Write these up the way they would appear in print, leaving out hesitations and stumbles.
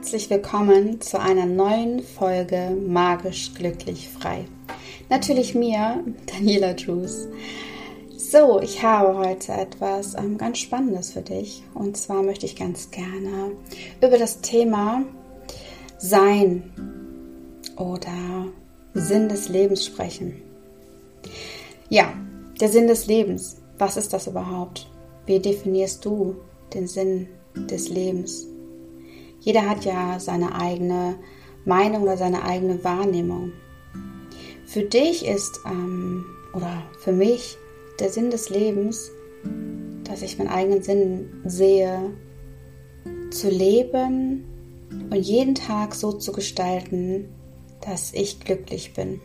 Herzlich willkommen zu einer neuen Folge Magisch Glücklich Frei. Natürlich mir, Daniela Drews. So, ich habe heute etwas ganz Spannendes für dich. Und zwar möchte ich ganz gerne über das Thema Sein oder Sinn des Lebens sprechen. Ja, der Sinn des Lebens. Was ist das überhaupt? Wie definierst du den Sinn des Lebens? Jeder hat ja seine eigene Meinung oder seine eigene Wahrnehmung. Für dich ist, oder für mich, der Sinn des Lebens, dass ich meinen eigenen Sinn sehe, zu leben und jeden Tag so zu gestalten, dass ich glücklich bin.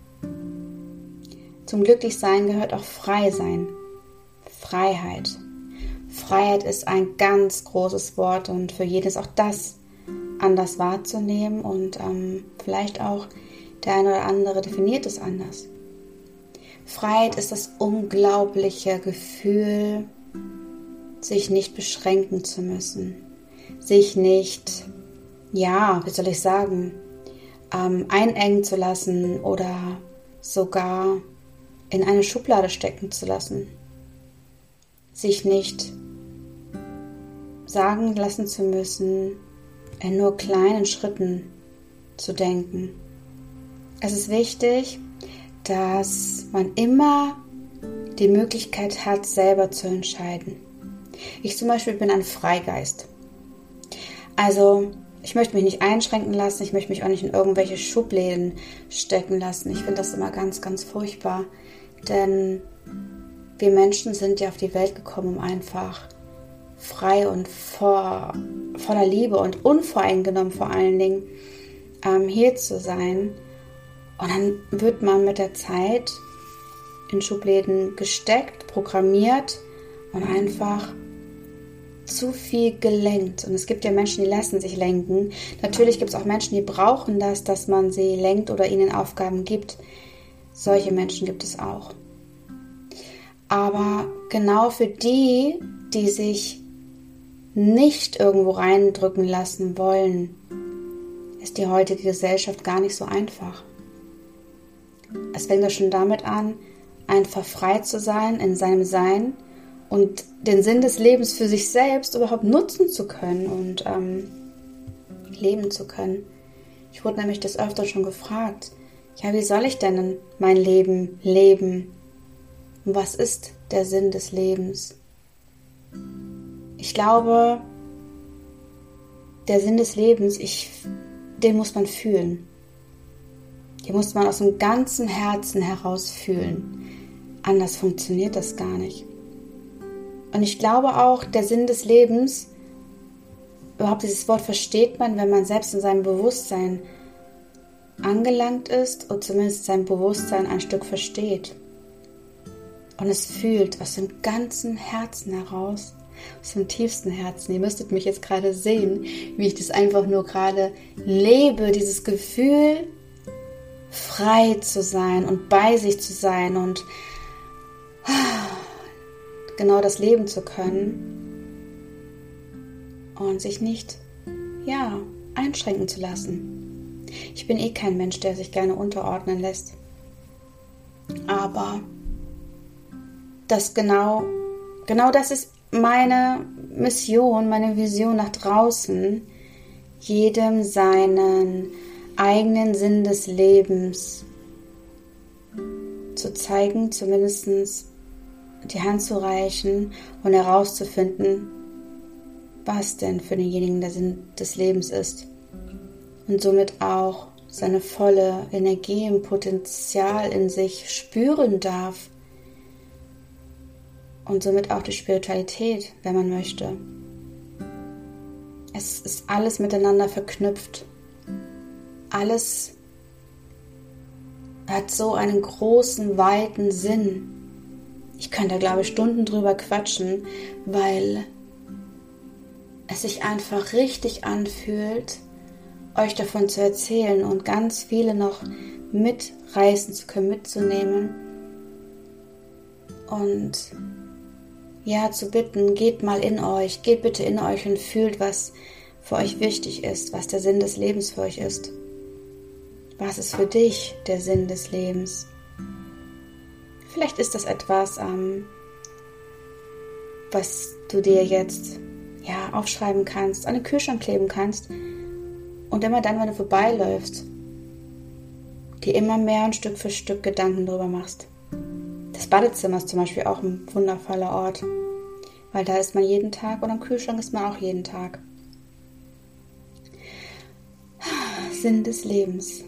Zum Glücklichsein gehört auch Freisein, Freiheit. Freiheit ist ein ganz großes Wort und für jeden ist auch das anders wahrzunehmen und vielleicht auch der eine oder andere definiert es anders. Freiheit ist das unglaubliche Gefühl, sich nicht beschränken zu müssen, sich nicht, einengen zu lassen oder sogar in eine Schublade stecken zu lassen, sich nicht sagen lassen zu müssen, in nur kleinen Schritten zu denken. Es ist wichtig, dass man immer die Möglichkeit hat, selber zu entscheiden. Ich zum Beispiel bin ein Freigeist. Also ich möchte mich nicht einschränken lassen, ich möchte mich auch nicht in irgendwelche Schubläden stecken lassen. Ich finde das immer ganz, ganz furchtbar, denn wir Menschen sind ja auf die Welt gekommen, um einfach frei und voller Liebe und unvoreingenommen vor allen Dingen hier zu sein. Und dann wird man mit der Zeit in Schubläden gesteckt, programmiert und einfach zu viel gelenkt. Und es gibt ja Menschen, die lassen sich lenken. Natürlich gibt es auch Menschen, die brauchen das, dass man sie lenkt oder ihnen Aufgaben gibt. Solche Menschen gibt es auch. Aber genau für die, die sich nicht irgendwo reindrücken lassen wollen, ist die heutige Gesellschaft gar nicht so einfach. Es fängt ja schon damit an, einfach frei zu sein in seinem Sein und den Sinn des Lebens für sich selbst überhaupt nutzen zu können und leben zu können. Ich wurde nämlich des Öfteren schon gefragt, wie soll ich denn mein Leben leben? Und was ist der Sinn des Lebens? Ich glaube, der Sinn des Lebens, den muss man fühlen. Den muss man aus dem ganzen Herzen heraus fühlen. Anders funktioniert das gar nicht. Und ich glaube auch, der Sinn des Lebens, überhaupt dieses Wort versteht man, wenn man selbst in seinem Bewusstsein angelangt ist und zumindest sein Bewusstsein ein Stück versteht. Und es fühlt aus dem ganzen Herzen heraus, aus dem tiefsten Herzen. Ihr müsstet mich jetzt gerade sehen, wie ich das einfach nur gerade lebe, dieses Gefühl, frei zu sein und bei sich zu sein und genau das leben zu können und sich nicht, einschränken zu lassen. Ich bin kein Mensch, der sich gerne unterordnen lässt. Aber genau das ist meine Mission, meine Vision nach draußen, jedem seinen eigenen Sinn des Lebens zu zeigen, zumindest die Hand zu reichen und herauszufinden, was denn für denjenigen der Sinn des Lebens ist und somit auch seine volle Energie und Potenzial in sich spüren darf. Und somit auch die Spiritualität, wenn man möchte. Es ist alles miteinander verknüpft. Alles hat so einen großen, weiten Sinn. Ich könnte da, glaube ich, Stunden drüber quatschen, weil es sich einfach richtig anfühlt, euch davon zu erzählen und ganz viele noch mitreißen zu können, mitzunehmen. Und zu bitten, geht mal in euch, geht bitte in euch und fühlt, was für euch wichtig ist, was der Sinn des Lebens für euch ist. Was ist für dich der Sinn des Lebens? Vielleicht ist das etwas, was du dir jetzt aufschreiben kannst, an den Kühlschrank kleben kannst und immer dann, wenn du vorbeiläufst, dir immer mehr und Stück für Stück Gedanken darüber machst. Das Badezimmer ist zum Beispiel auch ein wundervoller Ort, weil da ist man jeden Tag und am Kühlschrank ist man auch jeden Tag. Sinn des Lebens.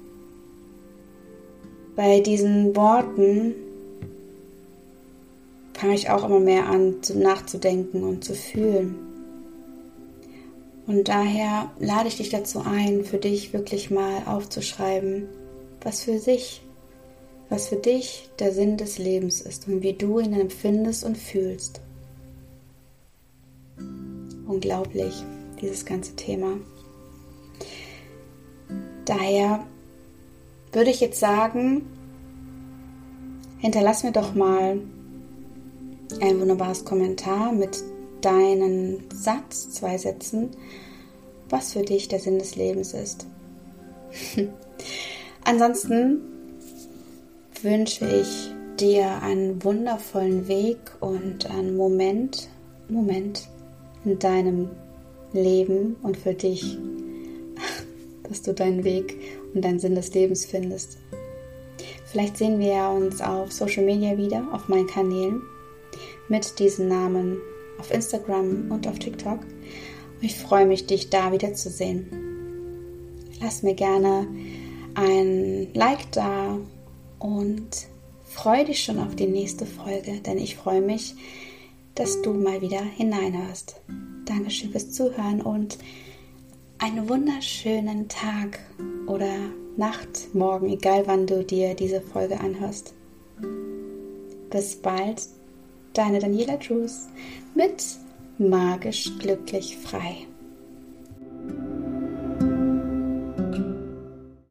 Bei diesen Worten fange ich auch immer mehr an, nachzudenken und zu fühlen. Und daher lade ich dich dazu ein, für dich wirklich mal aufzuschreiben, was für dich der Sinn des Lebens ist und wie du ihn empfindest und fühlst. Unglaublich, dieses ganze Thema. Daher würde ich jetzt sagen, hinterlass mir doch mal ein wunderbares Kommentar mit deinen Satz, 2 Sätzen, was für dich der Sinn des Lebens ist. Ansonsten wünsche ich dir einen wundervollen Weg und einen Moment in deinem Leben und für dich, dass du deinen Weg und deinen Sinn des Lebens findest. Vielleicht sehen wir uns auf Social Media wieder, auf meinen Kanälen, mit diesen Namen auf Instagram und auf TikTok. Und ich freue mich, dich da wieder zu sehen. Lass mir gerne ein Like da und freue dich schon auf die nächste Folge, denn ich freue mich, dass du mal wieder hineinhörst. Dankeschön fürs Zuhören und einen wunderschönen Tag oder Nacht, Morgen, egal wann du dir diese Folge anhörst. Bis bald, deine Daniela Drews mit Magisch Glücklich Frei.